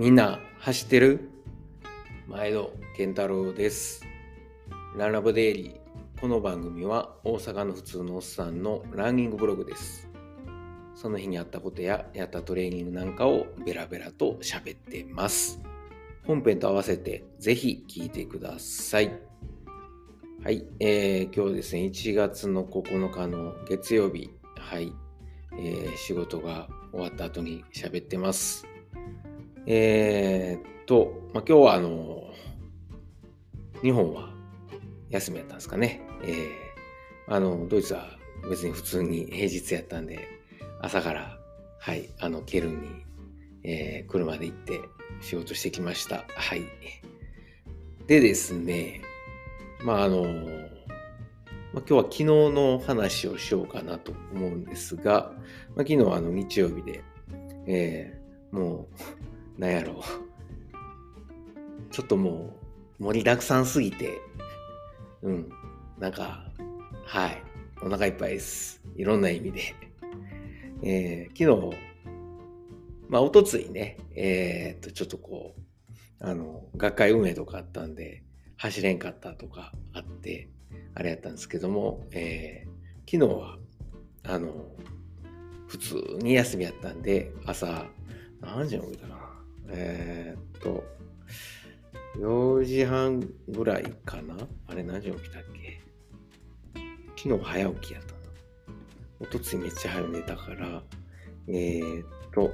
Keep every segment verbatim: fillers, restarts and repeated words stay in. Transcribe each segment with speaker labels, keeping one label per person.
Speaker 1: みんな走ってる？前戸健太郎です。ランラボデイリー。この番組は大阪の普通のおっさんのランニングブログです。その日にあったことややったトレーニングなんかをベラベラと喋ってます。本編と合わせてぜひ聞いてください。はい、えー、今日ですね、いちがつのここのかの月曜日、はい、えー、仕事が終わった後に喋ってます。えーっと、まあ、今日はあの、日本は休みやったんですかね。えー、あの、ドイツは別に普通に平日やったんで、朝から、はい、あの、ケルンに、えー、車で行って仕事してきました。はい。でですね、まああの、まあ、今日は昨日の話をしようかなと思うんですが、まあ、昨日はあの日曜日で、えー、もう、なんやろう。ちょっともう盛りだくさんすぎて、うん、なんか、はい、お腹いっぱいです。いろんな意味で。えー、昨日、まあ、おとついね、えー、っと、ちょっとこう、あの、学会運営とかあったんで、走れんかったとかあって、あれやったんですけども、えー、昨日は、あの、普通に休みやったんで、朝、何時に起きたかな。えー、っと、よじはんぐらいかな。あれ何時に起きたっけ。昨日早起きやったな。おとついめっちゃ早寝たから、えー、っと、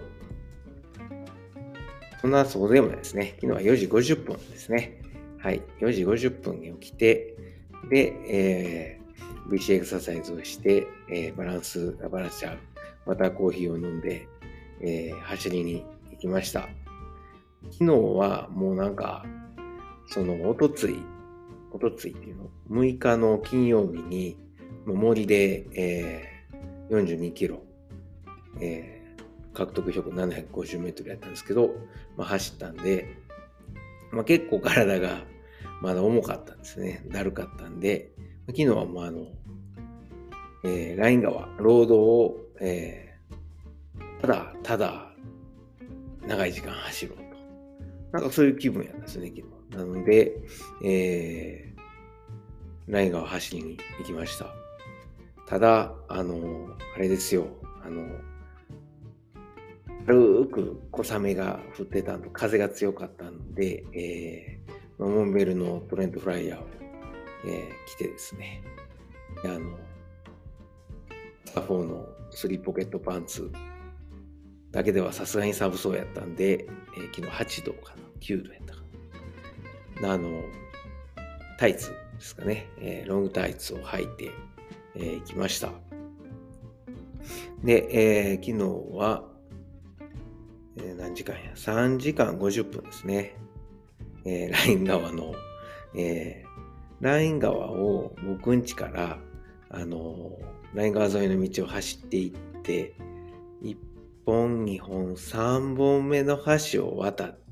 Speaker 1: そんなそうでもないですね。昨日はよじごじゅっぷんですね。はい。よじごじゅっぷんに起きて、で、えー、ブイシー エクササイズをして、えー、バランス、バランスちゃう、バターコーヒーを飲んで、えー、走りに行きました。昨日はもうなんか、その、おとつい、おとついっていうの、むいかの金曜日に、森で、えー、よんじゅうにキロ、えー、獲得標高ななひゃくごじゅうメートルやったんですけど、まあ、走ったんで、まあ、結構体がまだ重かったんですね。だるかったんで、昨日はもうあの、えー、ライン川、ロードを、えー、ただ、ただ、長い時間走ろうと。なんかそういう気分やったんですね、昨日。なので、えー、ライン川走りに行きました。ただ、あの、あれですよ、あの、軽く小雨が降ってたのと風が強かったんで、えー、モンベルのトレントフライヤーを、えー、着てですね、あの、スタフォーのスリーポケットパンツだけではさすがに寒そうやったんで、えー、昨日はちどかな、きゅうどやったかな。あの、タイツですかね、えー、ロングタイツを履いて、えー、行きました。で、えー、昨日は、えー、何時間や ?さんじかんごじゅっぷんですね。えー、ライン川の、えー、ライン川を僕ん家から、あのー、ライン川沿いの道を走っていって、いっぽん、にほん、さんぼんめの橋を渡って、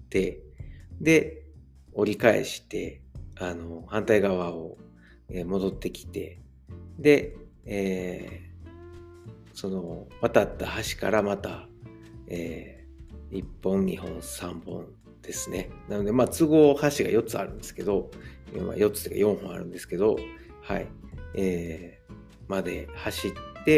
Speaker 1: で、折り返して、あのー、反対側を、えー、戻ってきて、で、えー、その渡った橋からまた、えー、いっぽん、にほん、さんぼんですね。なので、まあ、都合橋がよっつあるんですけど、まあ、よっつというかよんほんあるんですけど、はい、えー、まで走って、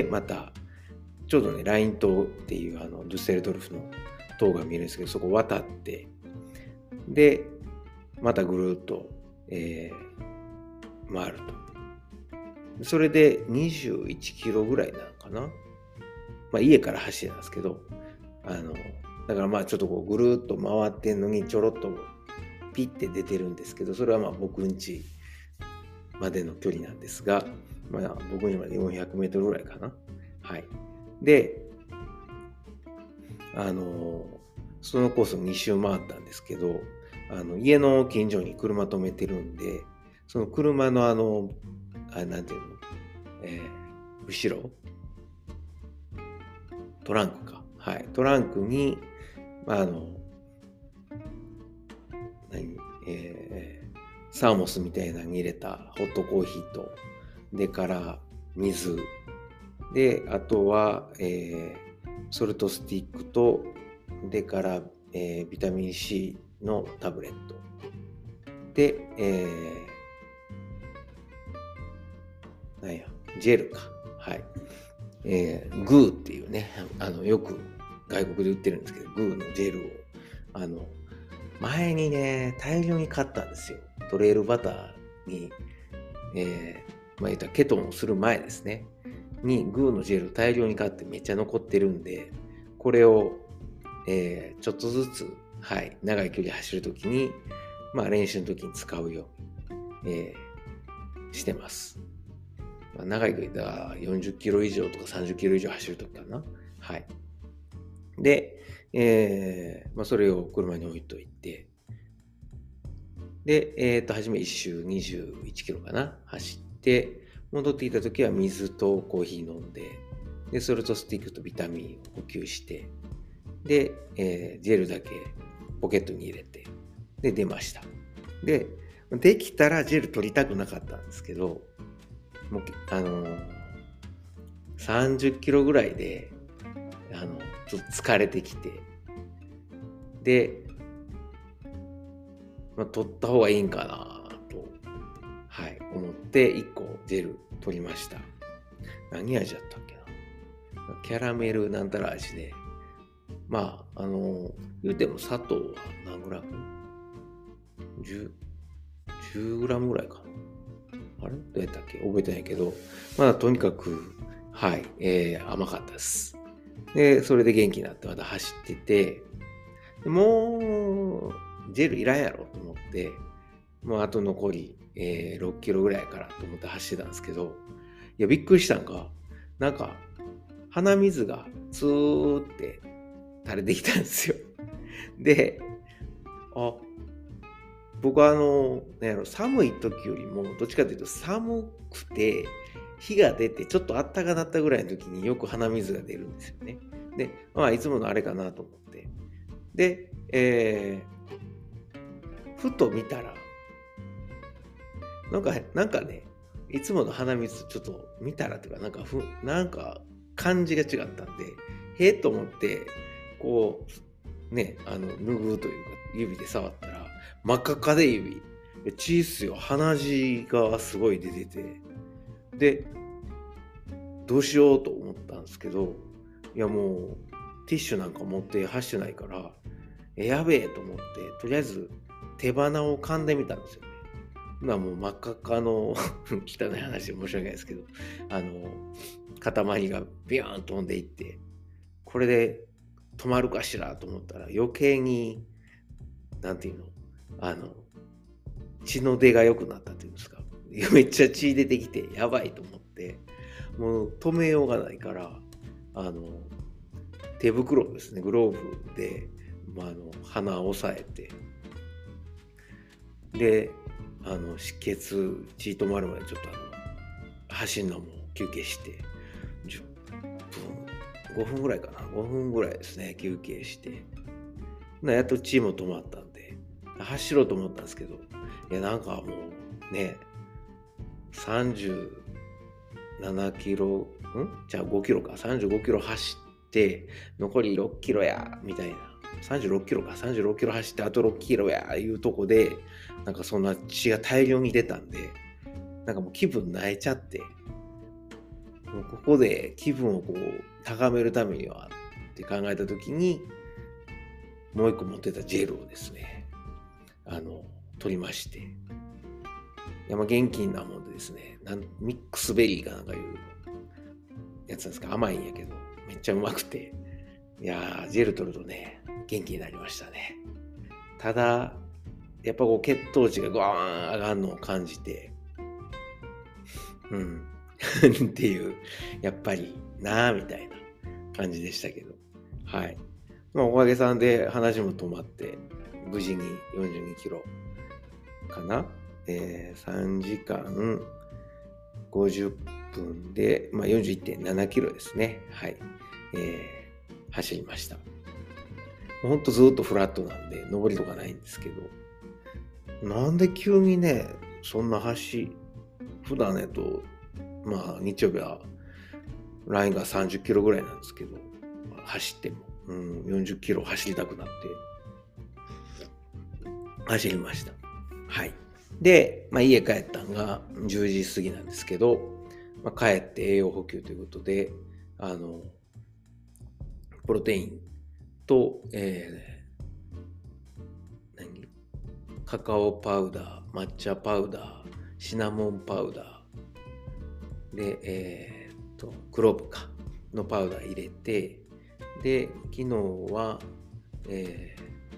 Speaker 1: また、ちょうどね、ライン島っていう、あの、ドゥッセルドルフの塔が見えるんですけど、そこ渡って、で、またぐるっと、えー、回ると。それでにじゅういちキロぐらいなのかな。まあ、家から走ってたんですけど、あの、だからまあちょっとこうぐるっと回ってんのにちょろっとピッて出てるんですけど、それはまあ僕ん家までの距離なんですが、まあ僕ん家までよんひゃくメートルぐらいかな。はい。で、あの、そのコースをに周回ったんですけど、あの家の近所に車止めてるんで、その車のあの、あなんていうの、えー、後ろトランクか。はい。トランクに、まあ、あの、何、えー、サーモスみたいなのに入れたホットコーヒーと、でから水、で、あとは、えー、ソルトスティックと、でからえー、ビタミン C のタブレット。で、えー、なんや、ジェルか。はい。えー、グーっていうね、あの、よく外国で売ってるんですけど、グーのジェルを、あの、前にね、大量に買ったんですよ。トレイルバターに、えー、まあ言ったらケトンをする前ですね。に、グーのジェル大量に買ってめっちゃ残ってるんで、これを、えー、ちょっとずつ、はい、長い距離走るときに、まあ練習のときに使うように、えー、してます。まあ、長い距離だよんじゅっキロ以上とかさんじゅっキロ以上走るときかな。はい。で、えーまあ、それを車に置いといて、で、えっと、初めいっ周にじゅういちキロかな、走って、戻ってきたときは水とコーヒー飲んで、で、それとスティックとビタミンを補給して、で、えージェルだけポケットに入れて、で、出ました。で、できたらジェル取りたくなかったんですけど、もう、あのーさんじゅっキロぐらいで、あの、ちょっと疲れてきて、で、まあ、取った方がいいんかなと、はい、思っていっこジェル取りました。何味だったっけな。キャラメルなんたら味で、まあ、あの、言うても砂糖は何グラム ?じゅう、じゅうグラムぐらいかな。あれどうやったっけ覚えてないけど、まあ、とにかく、はい、えー、甘かったです。で、それで元気になってまた走ってて、でもう、ジェルいらんやろと思って、もうあと残り、えー、ろっキロぐらいからと思って走ってたんですけど、いや、びっくりしたんが、なんか、鼻水がツーって垂れてきたんですよ。で、あ、僕はあの、なんやろ、寒い時よりも、どっちかというと寒くて、日が出てちょっとあったかなったぐらいの時によく鼻水が出るんですよね。で、まあいつものあれかなと思って。で、えー、ふと見たら、なんか、なんかね、いつもの鼻水ちょっと見たらというか、なんかふ、なんか感じが違ったんで、へえと思って、こう、ね、あの、拭うというか、指で触ったら、真っ赤っかで指。血っすよ。鼻血がすごい出てて。で、どうしようと思ったんですけど、いやもう、ティッシュなんか持って走ってないから、えやべえと思って、とりあえず手鼻を噛んでみたんですよね。まあもう真っ赤っかの汚い話で申し訳ないですけど、あの、塊がビューンと飛んでいって、これで止まるかしらと思ったら余計に、なんていうの、あの、血の出が良くなったっていうんですか。めっちゃ血出てきて、やばいと思って、もう止めようがないから、あの、手袋ですね、グローブで、まあ、あの鼻を押さえて、で、あの止血、血止まるまでちょっとあの走るのも休憩して、じゅっぷん、ごふんぐらいかな、ごふんぐらいですね、休憩して、やっと血も止まったんで、走ろうと思ったんですけど、いや、なんかもうね、さんじゅうななキロ、んじゃあごキロか、さんじゅうごキロ走って、残りろっキロや、みたいな。さんじゅうろっキロか、さんじゅうろっキロ走ってあとろっキロや、いうとこで、なんかそんな血が大量に出たんで、なんかもう気分萎えちゃって、もうここで気分をこう高めるためにはって考えたときに、もう一個持ってたジェルをですね、あの、取りまして、いやまあ元気なもんでですね、なんミックスベリーかなんかいうやつなんですか、甘いんやけど、めっちゃうまくて、いやー、ジェル取るとね、元気になりましたね。ただ、やっぱこう血糖値がゴーン上がるのを感じて、うん、っていう、やっぱりなーみたいな感じでしたけど、はい。まあ、おかげさんで話も止まって、無事によんじゅうにキロかな、えー、さんじかんごじゅっぷんで、まあ、よんじゅういってんななキロですね。はい。えー、走りました。ほんとずっとフラットなんで、上りとかないんですけど、なんで急にね、そんな走、普段ねと、まあ、日曜日は、ラインがさんじゅっキロぐらいなんですけど、走っても、うん、よんじゅっキロ走りたくなって、 走りました。はい。で、まあ、家帰ったんがじゅうじ過ぎなんですけど、まあ、帰って栄養補給ということで、あの、プロテインと、えー、何カカオパウダー、抹茶パウダー、シナモンパウダー、で、えー、っと、クローブか、のパウダー入れて、で、昨日は、え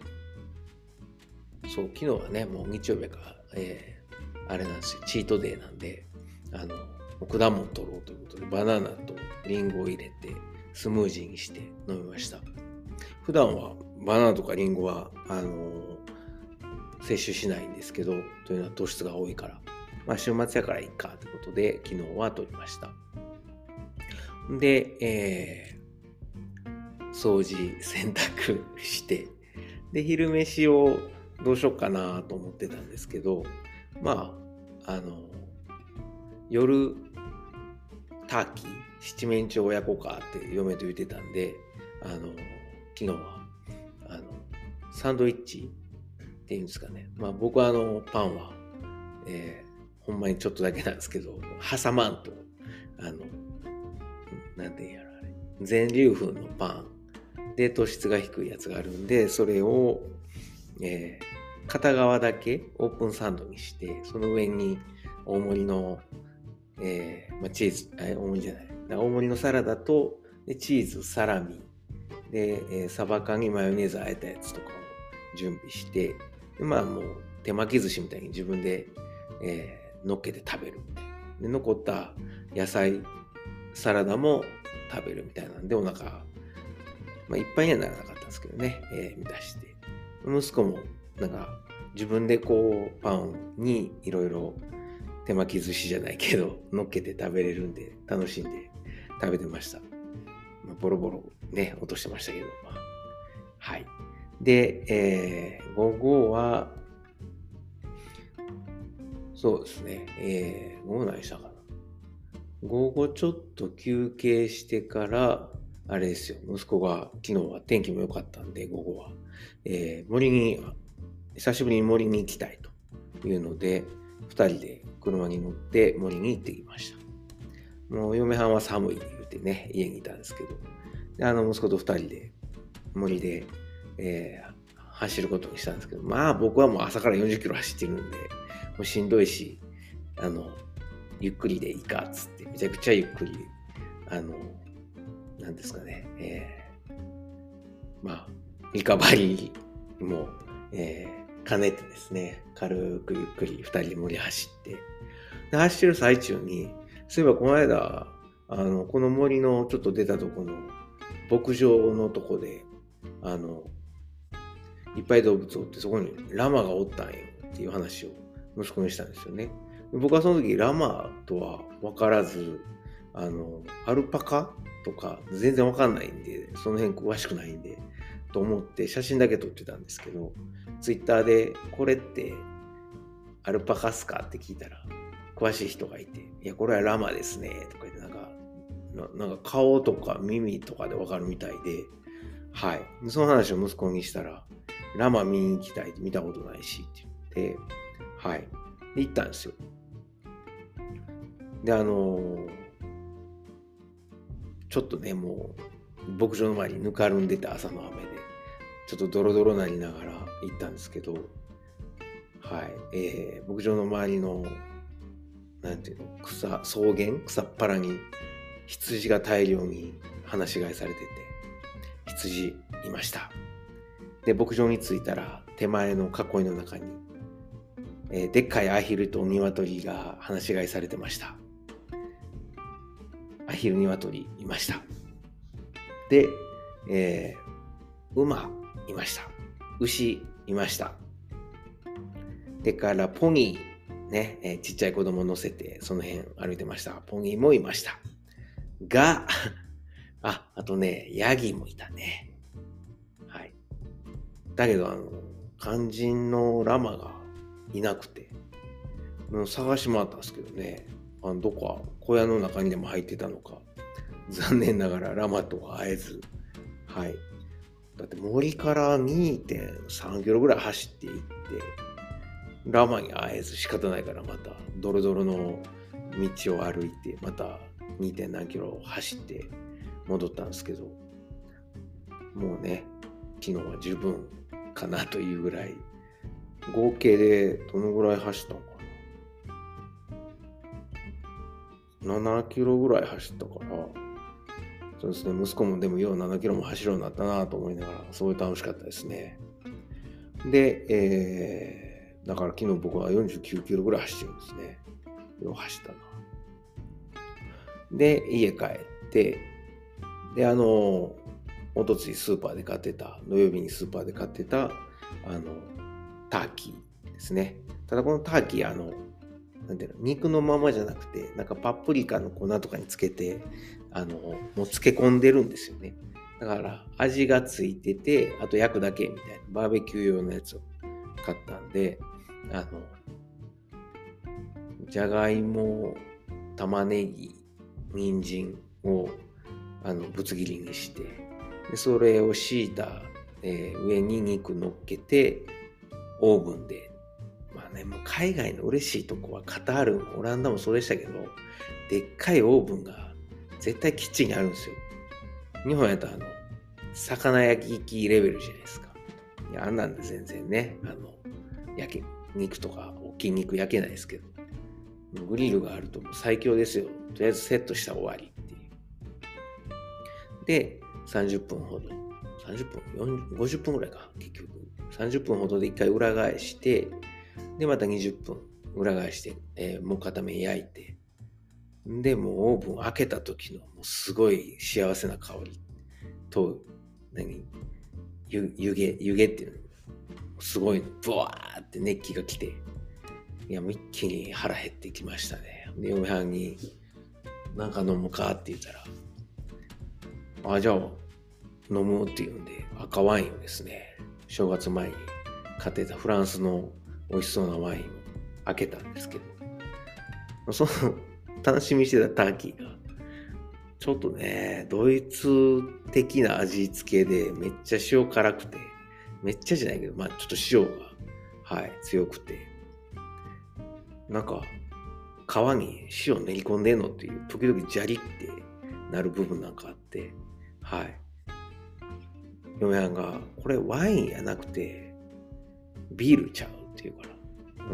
Speaker 1: ー、そう、昨日はね、もう日曜日から、えー、あれなんですよ、チートデーなんで、あの、果物取ろうということで、バナナとリンゴを入れて、スムージーにして飲みました。普段はバナナとかリンゴは、あの、摂取しないんですけど、というのは糖質が多いから、まあ、週末やからいいかということで、昨日は取りました。で、えー、掃除、洗濯して、で、昼飯をどうしようかなと思ってたんですけど、まあ、あの、夜、ターキー、七面鳥親子かって嫁と言ってたんで、あの、昨日は、あの、サンドイッチっていうんですかね。まあ僕はあの、パンは、えー、ほんまにちょっとだけなんですけど、挟まんと、あの、なんて言うんやろ、あれ。全粒粉のパンで糖質が低いやつがあるんで、それを、えー、片側だけオープンサンドにして、その上に大盛りの、えーまあ、チーズ、大盛りじゃない。大盛りのサラダと、でチーズ、サラミ、で、えー、サバ缶にマヨネーズあえたやつとかを準備して、でまあもう手巻き寿司みたいに自分で、えー、乗っけて食べるみたいな。で残った野菜、サラダも食べるみたいなんで、お腹、まあ、いっぱいにはならなかったんですけどね、えー、満たして。息子もなんか自分でこうパンにいろいろ手巻き寿司じゃないけど乗っけて食べれるんで楽しんで食べてました。まあ、ボロボロね落としてましたけど、まあ、はい。で、えー、午後はそうですね、えー、午後何したかな。午後ちょっと休憩してからあれですよ、息子が昨日は天気も良かったんで午後は、えー、森に久しぶりに森に行きたいというのでふたりで車に乗って森に行ってきました。もう嫁はんは寒いって言ってね家にいたんですけど、であの息子とふたりで森で、えー、走ることにしたんですけど、まあ僕はもう朝からよんじゅっキロ走ってるんでもうしんどいし、あのゆっくりでいいかっつってめちゃくちゃゆっくり、あのなんですかね、えー、まあリカバリーも、えー、兼ねてですね、軽くゆっくりふたりで森走って、で走ってる最中に、そういえばこの間、あの、この森のちょっと出たとこの牧場のとこで、あの、いっぱい動物おって、そこにラマがおったんよっていう話を息子にしたんですよね。僕はその時ラマとは分からず、あの、アルパカとか全然分かんないんで、その辺詳しくないんで、と思って写真だけ撮ってたんですけど、ツイッターでこれってアルパカっすかって聞いたら、詳しい人がいて、いや、これはラマですね、とか言って、なんか、ななんか顔とか耳とかでわかるみたいで、はい。その話を息子にしたら、ラマ見に行きたいって見たことないしって言って、はい。で、行ったんですよ。で、あのー、ちょっとね、もう、牧場の前にぬかるんでて朝の雨で、ちょっとドロドロなりながら行ったんですけど、はい。えー、牧場の周りの、なんていうの、草、草原、草っぱらに羊が大量に放し飼いされてて、羊いました。で、牧場に着いたら手前の囲いの中に、えー、でっかいアヒルと鶏が放し飼いされてました。アヒル、鶏いました。で、えー、馬いました。牛いました。でからポニーね、えー、ちっちゃい子供乗せてその辺歩いてました。ポニーもいました。が、あ、あとね、ヤギもいたね。はい。だけど、あの、肝心のラマがいなくて、もう探し回ったんですけどね、あのどこか小屋の中にでも入ってたのか、残念ながらラマとは会えず、はい。だって森から にてんさんキロぐらい走っていっラマに会えず仕方ないからまたドロドロの道を歩いてまた に. 点何キロ走って戻ったんですけど、もうね昨日は十分かなというぐらい、合計でどのぐらい走ったのかな、ななキロぐらい走ったから、そうですね、息子もでもようななキロも走るようになったなと思いながら、すごい楽しかったですね。で、えー、だから昨日僕はよんじゅうきゅうキロぐらい走ってるんですね。よう走ったな。で、家帰って、で、あの、おとついスーパーで買ってた、土曜日にスーパーで買ってた、あの、ターキーですね。ただこのターキー、あの、なんていうの、肉のままじゃなくて、なんかパプリカの粉とかにつけて、あの、もう漬け込んでるんですよね。だから味がついてて、あと焼くだけみたいな、バーベキュー用のやつを買ったんで、あの、じゃがいも、玉ねぎ、人参をあのぶつ切りにして、でそれを敷いた、えー、上に肉乗っけて、オーブンで、まあね、もう海外の嬉しいとこはカタールもオランダもそうでしたけど、でっかいオーブンが絶対キッチンにあるんですよ。日本やったらあの魚焼き器レベルじゃないですか。いや、あんなんで全然ね、あの焼け肉とか大きい肉焼けないですけど、グリルがあるともう最強ですよ。とりあえずセットしたら終わりっていう。で、さんじゅっぷんほど、さんじゅっぷん、ごじゅっぷんぐらいか、結局。さんじゅっぷんほどで一回裏返して、で、またにじゅっぷん裏返して、えー、もう片面焼いて、で、もうオーブン開けた時のもうすごい幸せな香りと、何湯湯気、湯気っていうの、すごいブワーって熱気が来て、いや、もう一気に腹減ってきましたね。で、嫁はんに、なんか飲むかって言ったら、あ、じゃあ、飲むって言うんで、赤ワインをですね、正月前に買ってたフランスの美味しそうなワインを開けたんですけど、その、楽しみにしてたターキーが、ちょっとね、ドイツ的な味付けで、めっちゃ塩辛くて、めっちゃじゃないけど、まあちょっと塩が、はい、強くて、なんか、皮に塩練り込んでんのっていう、時々ジャリってなる部分なんかあって、はい。嫁はんが、これワインやなくて、ビールちゃうって言うから、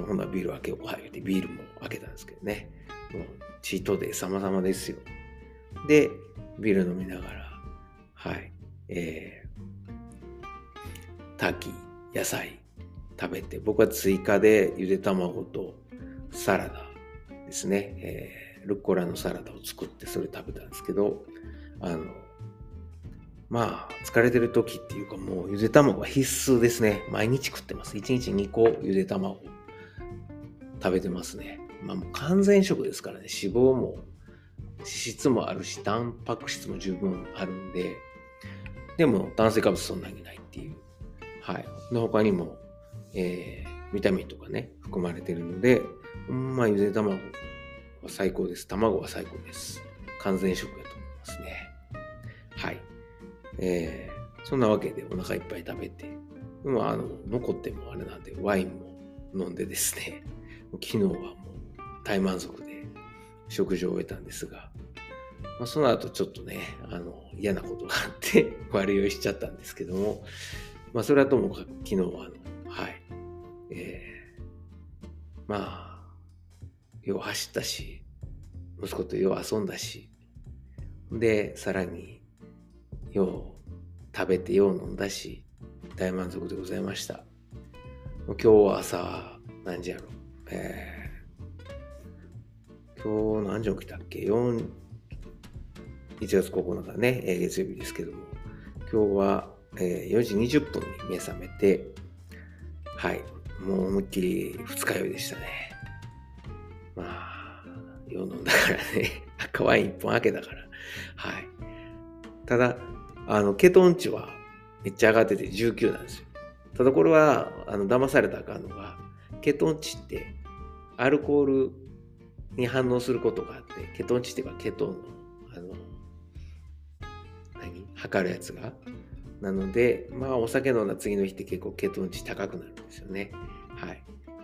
Speaker 1: ほんならビール開けようか、言ってビールも開けたんですけどね。もう、チートデー様々ですよ。で、ビール飲みながら、はい、えー、ターキー、野菜食べて、僕は追加でゆで卵とサラダですね、えー、ルッコラのサラダを作ってそれ食べたんですけど、あの、まあ、疲れてる時っていうかもうゆで卵は必須ですね。毎日食ってます。いちにちにこゆで卵食べてますね。まあもう完全食ですからね、脂肪も脂質もあるし、タンパク質も十分あるんで、でも炭水化物そんなにないっていう。はい。で、他にも、えー、ビタミンとかね、含まれてるので、ほんまゆで卵は最高です。卵は最高です。完全食だと思いますね。はい。えー、そんなわけでお腹いっぱい食べて、でもあの、残ってもあれなんで、ワインも飲んでですね、昨日はもう大満足で食事を終えたんですが、まあ、その後ちょっとね、あの、嫌なことがあって悪酔いしちゃったんですけども、まあそれはともかく昨日はあの、はい、えー、まあ、よう走ったし、息子とよう遊んだし、で、さらに、よう食べてよう飲んだし、大満足でございました。今日は朝、何時やろ、えー、今日何時起きたっけ ?よん、いちがつここのかね、月曜日ですけども、今日はよじにじゅっぷんに目覚めて、はい、もう思いっきり二日酔いでしたね。まあ、よう飲んだからね、赤ワインいっぽん開けたから、はい。ただ、あの、ケトン値はめっちゃ上がっててじゅうきゅうなんですよ。ただこれは、あの、騙されたらあかんのが、ケトン値ってアルコールに反応することがあって、ケトン値っていうかケトンの、あの、何測るやつが。なので、まあお酒飲んだ次の日って結構ケトン値高くなるんですよね。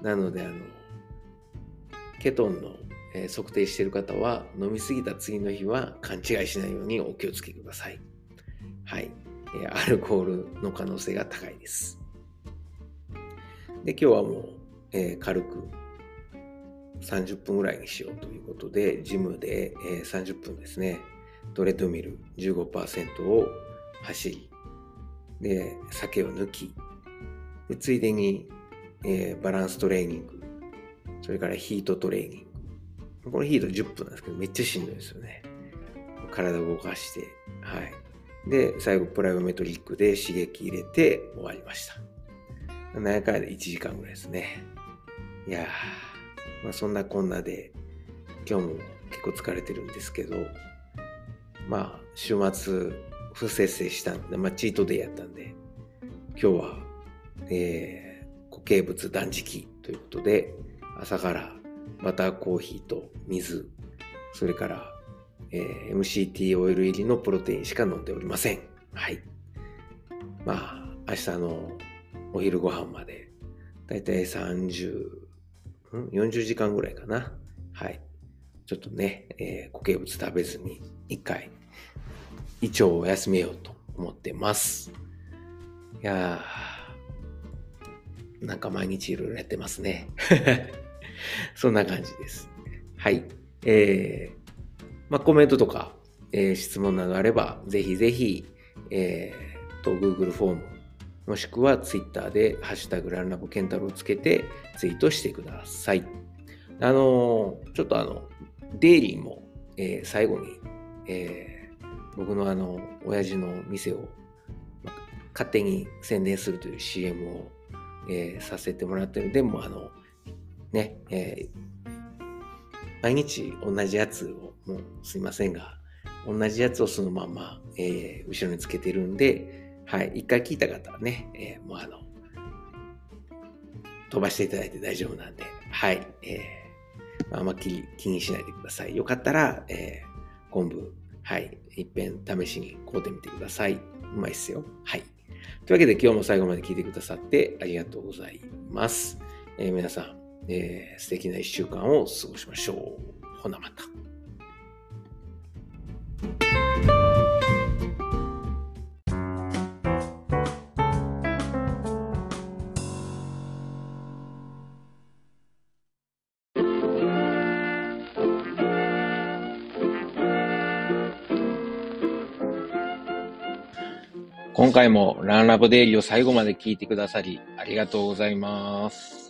Speaker 1: なので、あの、ケトンの、えー、測定している方は、飲みすぎた次の日は勘違いしないようにお気をつけください。はい。えー、アルコールの可能性が高いです。で、今日はもう、えー、軽くさんじゅっぷんぐらいにしようということで、ジムで、えー、さんじゅっぷんですね、トレッドミル じゅうごパーセント を走り、で、酒を抜き、でついでに、えー、バランストレーニング、それからヒートトレーニング。このヒートじゅっぷんなんですけど、めっちゃしんどいですよね。体を動かして、はい。で、最後、プライオメトリックで刺激入れて終わりました。なんやかんやでいちじかんぐらいですね。いやー、まあ、そんなこんなで、今日も結構疲れてるんですけど、まあ、週末、不節制したんで、まあ、チートデイやったんで、今日は、えー、固形物断食ということで、朝からバターコーヒーと水、それから、えー、エムシーティー オイル入りのプロテインしか飲んでおりません。はい。まあ、明日のお昼ご飯まで、だいたいさんじゅう、ん ?よんじゅう 時間ぐらいかな。はい。ちょっとね、えー、固形物食べずに一回、胃腸を休めようと思ってます。いやー、なんか毎日いろいろやってますね。そんな感じです。はい。えー、まあ、コメントとか、えー、質問などあれば、ぜひぜひ、えー、と、Google フォーム、もしくは Twitter で、ハッシュタグランラボケンタロウをつけてツイートしてください。あのー、ちょっとあの、デイリーも、えー、最後に、えー、僕のあの、親父の店を、まあ、勝手に宣伝するという シーエム を、えー、させてもらってるんで、もうあの、ね、えー、毎日同じやつを、もうすいませんが、同じやつをそのまま、えー、後ろにつけてるんで、はい、一回聞いた方はね、えー、もうあの、飛ばしていただいて大丈夫なんで、はい、えー、あんまり気にしないでください。よかったら、えー、昆布、はい、一遍試しに買うてみてください。うまいっすよ。はい。というわけで今日も最後まで聞いてくださってありがとうございます。えー、皆さん、えー、素敵な一週間を過ごしましょう。ほなまた。今回もランラボデイリーを最後まで聞いてくださりありがとうございます。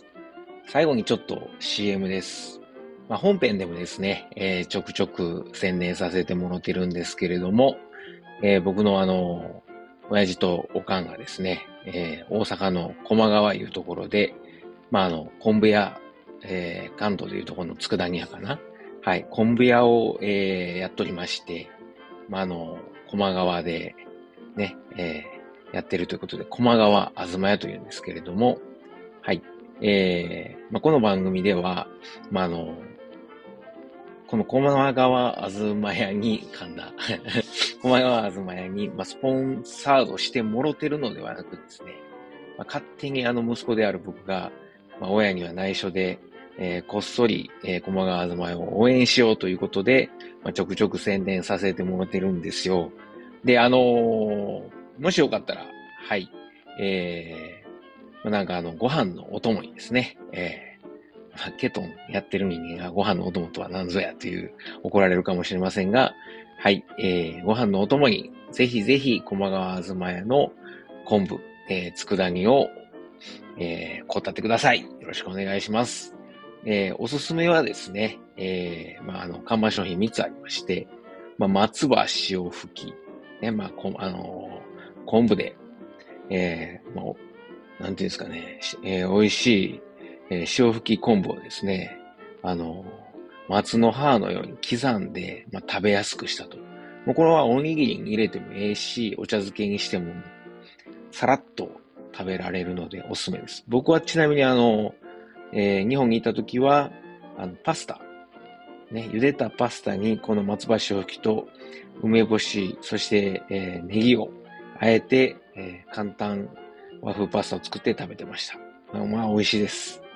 Speaker 1: 最後にちょっと シーエム です。まあ、本編でもですね、えー、ちょくちょく宣伝させてもらってるんですけれども、えー、僕のあの、親父とおかんがですね、えー、大阪の駒川いうところで、まあ、あの、昆布屋、えー、関東でいうところの佃煮屋かな。はい、昆布屋を、えー、やっておりまして、まあ、あの、駒川で、ね、えー、やってるということで、駒川あずま屋というんですけれども、はい。えー、まあ、この番組では、まあ、あの、この駒川あずま屋に、噛んだ。駒川あずま屋に、まあ、スポンサードしてもろてるのではなくですね、まあ、勝手にあの息子である僕が、まあ、親には内緒で、えー、こっそり、えー、駒川あずま屋を応援しようということで、まあ、ちょくちょく宣伝させてもらってるんですよ。で、あのー、もしよかったら、はい、えー、なんかあの、ご飯のお供にですね、えー、まあ、ケトンやってる人間がご飯のお供とは何ぞやという怒られるかもしれませんが、はい、えー、ご飯のお供にぜひぜひ駒川あずま屋の昆布、えー、佃煮を、えー、こたってください。よろしくお願いします。えー、おすすめはですね、えー、まあ、あの、看板商品みっつありまして、まあ、松葉塩吹き、ね、まあ、こあのー、昆布で、えー、もう、なんていうんですかね、えー、美味しい、えー、塩吹き昆布をですね、あのー、松の葉のように刻んで、まあ、食べやすくしたと。もうこれはおにぎりに入れてもええし、お茶漬けにしても、さらっと食べられるのでおすすめです。僕はちなみにあの、えー、日本にいた時は、あの、パスタ、ね、茹でたパスタにこの松葉塩吹きと梅干し、そして、えー、ネギをあえて、えー、簡単和風パスタを作って食べてました。まあ、美味しいです。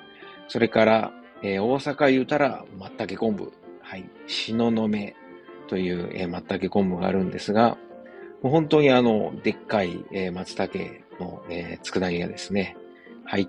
Speaker 1: それから、えー、大阪言うたら、松茸昆布。はい。東雲という、えー、松茸昆布があるんですが、もう本当にあの、でっかい、えー、松茸の、えー、佃煮がですね、入った、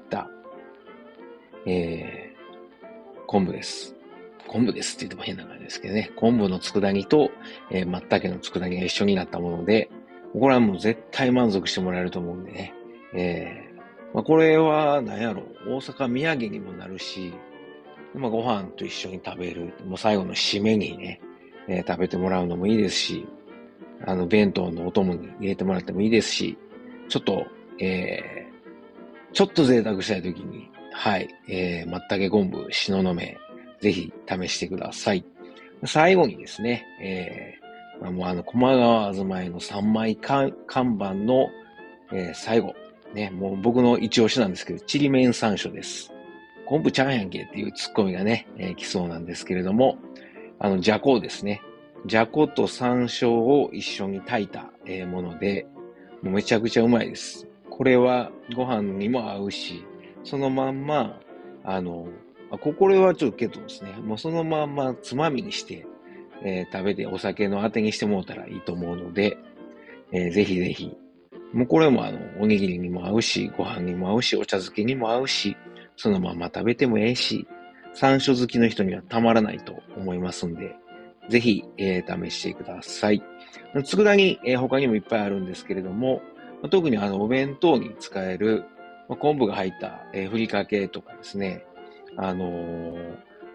Speaker 1: えー、昆布です。昆布ですって言っても変な感じですけどね。昆布の佃煮と、えー、松茸の佃煮が一緒になったもので、これはもう絶対満足してもらえると思うんでね。えーまあ、これは何やろ、大阪土産にもなるし、まあ、ご飯と一緒に食べる、もう最後の締めにね、えー食べてもらうのもいいですし、あの、弁当のお供に入れてもらってもいいですし、ちょっと、えー、ちょっと贅沢したいときに、はい、えー、松茸昆布、東雲、ぜひ試してください。最後にですね、えー、まあ、もうあの、駒川あずまえのさんまい看板の、えー、最後、ね、もう僕の一押しなんですけど、ちりめん山椒です。昆布ちゃんやんけっていうツッコミがね、えー、来そうなんですけれども、あの、じゃこですね。じゃこと山椒を一緒に炊いた、えー、もので、もうめちゃくちゃうまいです。これはご飯にも合うし、そのまんま、あの、あここれはちょっとけどですね、もうそのまんまつまみにして、えー食べてお酒のあてにしてもらったらいいと思うので、えーぜひぜひ。もうこれもあの、おにぎりにも合うし、ご飯にも合うし、お茶漬けにも合うし、そのまま食べてもええし、山椒好きの人にはたまらないと思いますんで、ぜひ、えー試してください。佃煮、えー他にもいっぱいあるんですけれども、まあ特にあの、お弁当に使える、まあ昆布が入った、えーふりかけとかですね、あのー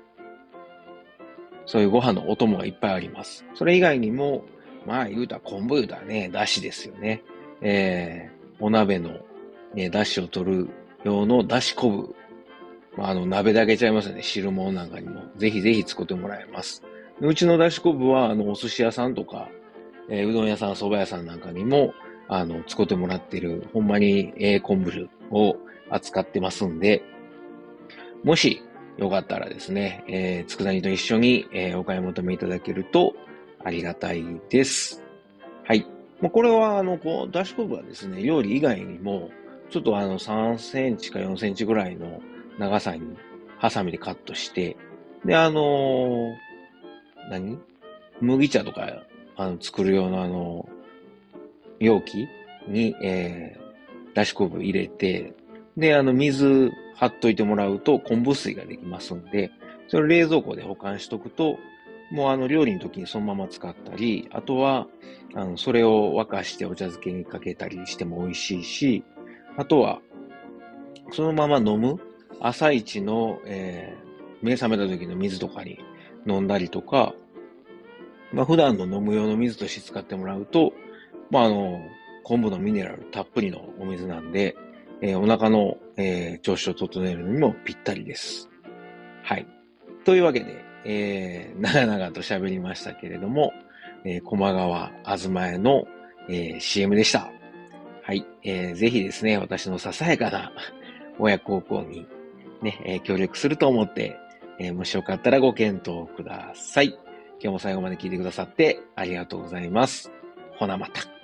Speaker 1: そういうご飯のお供がいっぱいあります。それ以外にも、まあ言うたら昆布言うたらね、だしですよね。えー、お鍋の、ね、だしを取る用のだし昆布。まあ、あの、鍋だけちゃいますよね。汁物なんかにも。ぜひぜひ使ってもらえます。うちのだし昆布は、あの、お寿司屋さんとか、えーうどん屋さん、蕎麦屋さんなんかにも、あの、使ってもらってる、ほんまに、ええ昆布を扱ってますんで、もし、よかったらですね、えー、佃煮と一緒に、えーお買い求めいただけるとありがたいです。はい。まあ、これは、あの、こう、だし昆布はですね、料理以外にも、ちょっとあの、さんセンチかよんセンチぐらいの長さに、ハサミでカットして、で、あのー何麦茶とか、あの、作る用のあの、容器に、えー、だし昆布入れて、で、あの、水張っといてもらうと昆布水ができますんで、それを冷蔵庫で保管しとくと、もうあの、料理の時にそのまま使ったり、あとは、あの、それを沸かしてお茶漬けにかけたりしても美味しいし、あとは、そのまま飲む朝一の、えー目覚めた時の水とかに飲んだりとか、まあ、普段の飲む用の水として使ってもらうと、まあ、あの、昆布のミネラルたっぷりのお水なんで、えーお腹の、えー調子を整えるのにもぴったりです。はい。というわけで、えー、長々と喋りましたけれども、えー、駒川あずまえの、えー シーエム でした。はい。えーぜひですね、私のささやかな親孝行にね、えー協力すると思って、えーもしよかったらご検討ください。今日も最後まで聞いてくださってありがとうございます。ほなまた。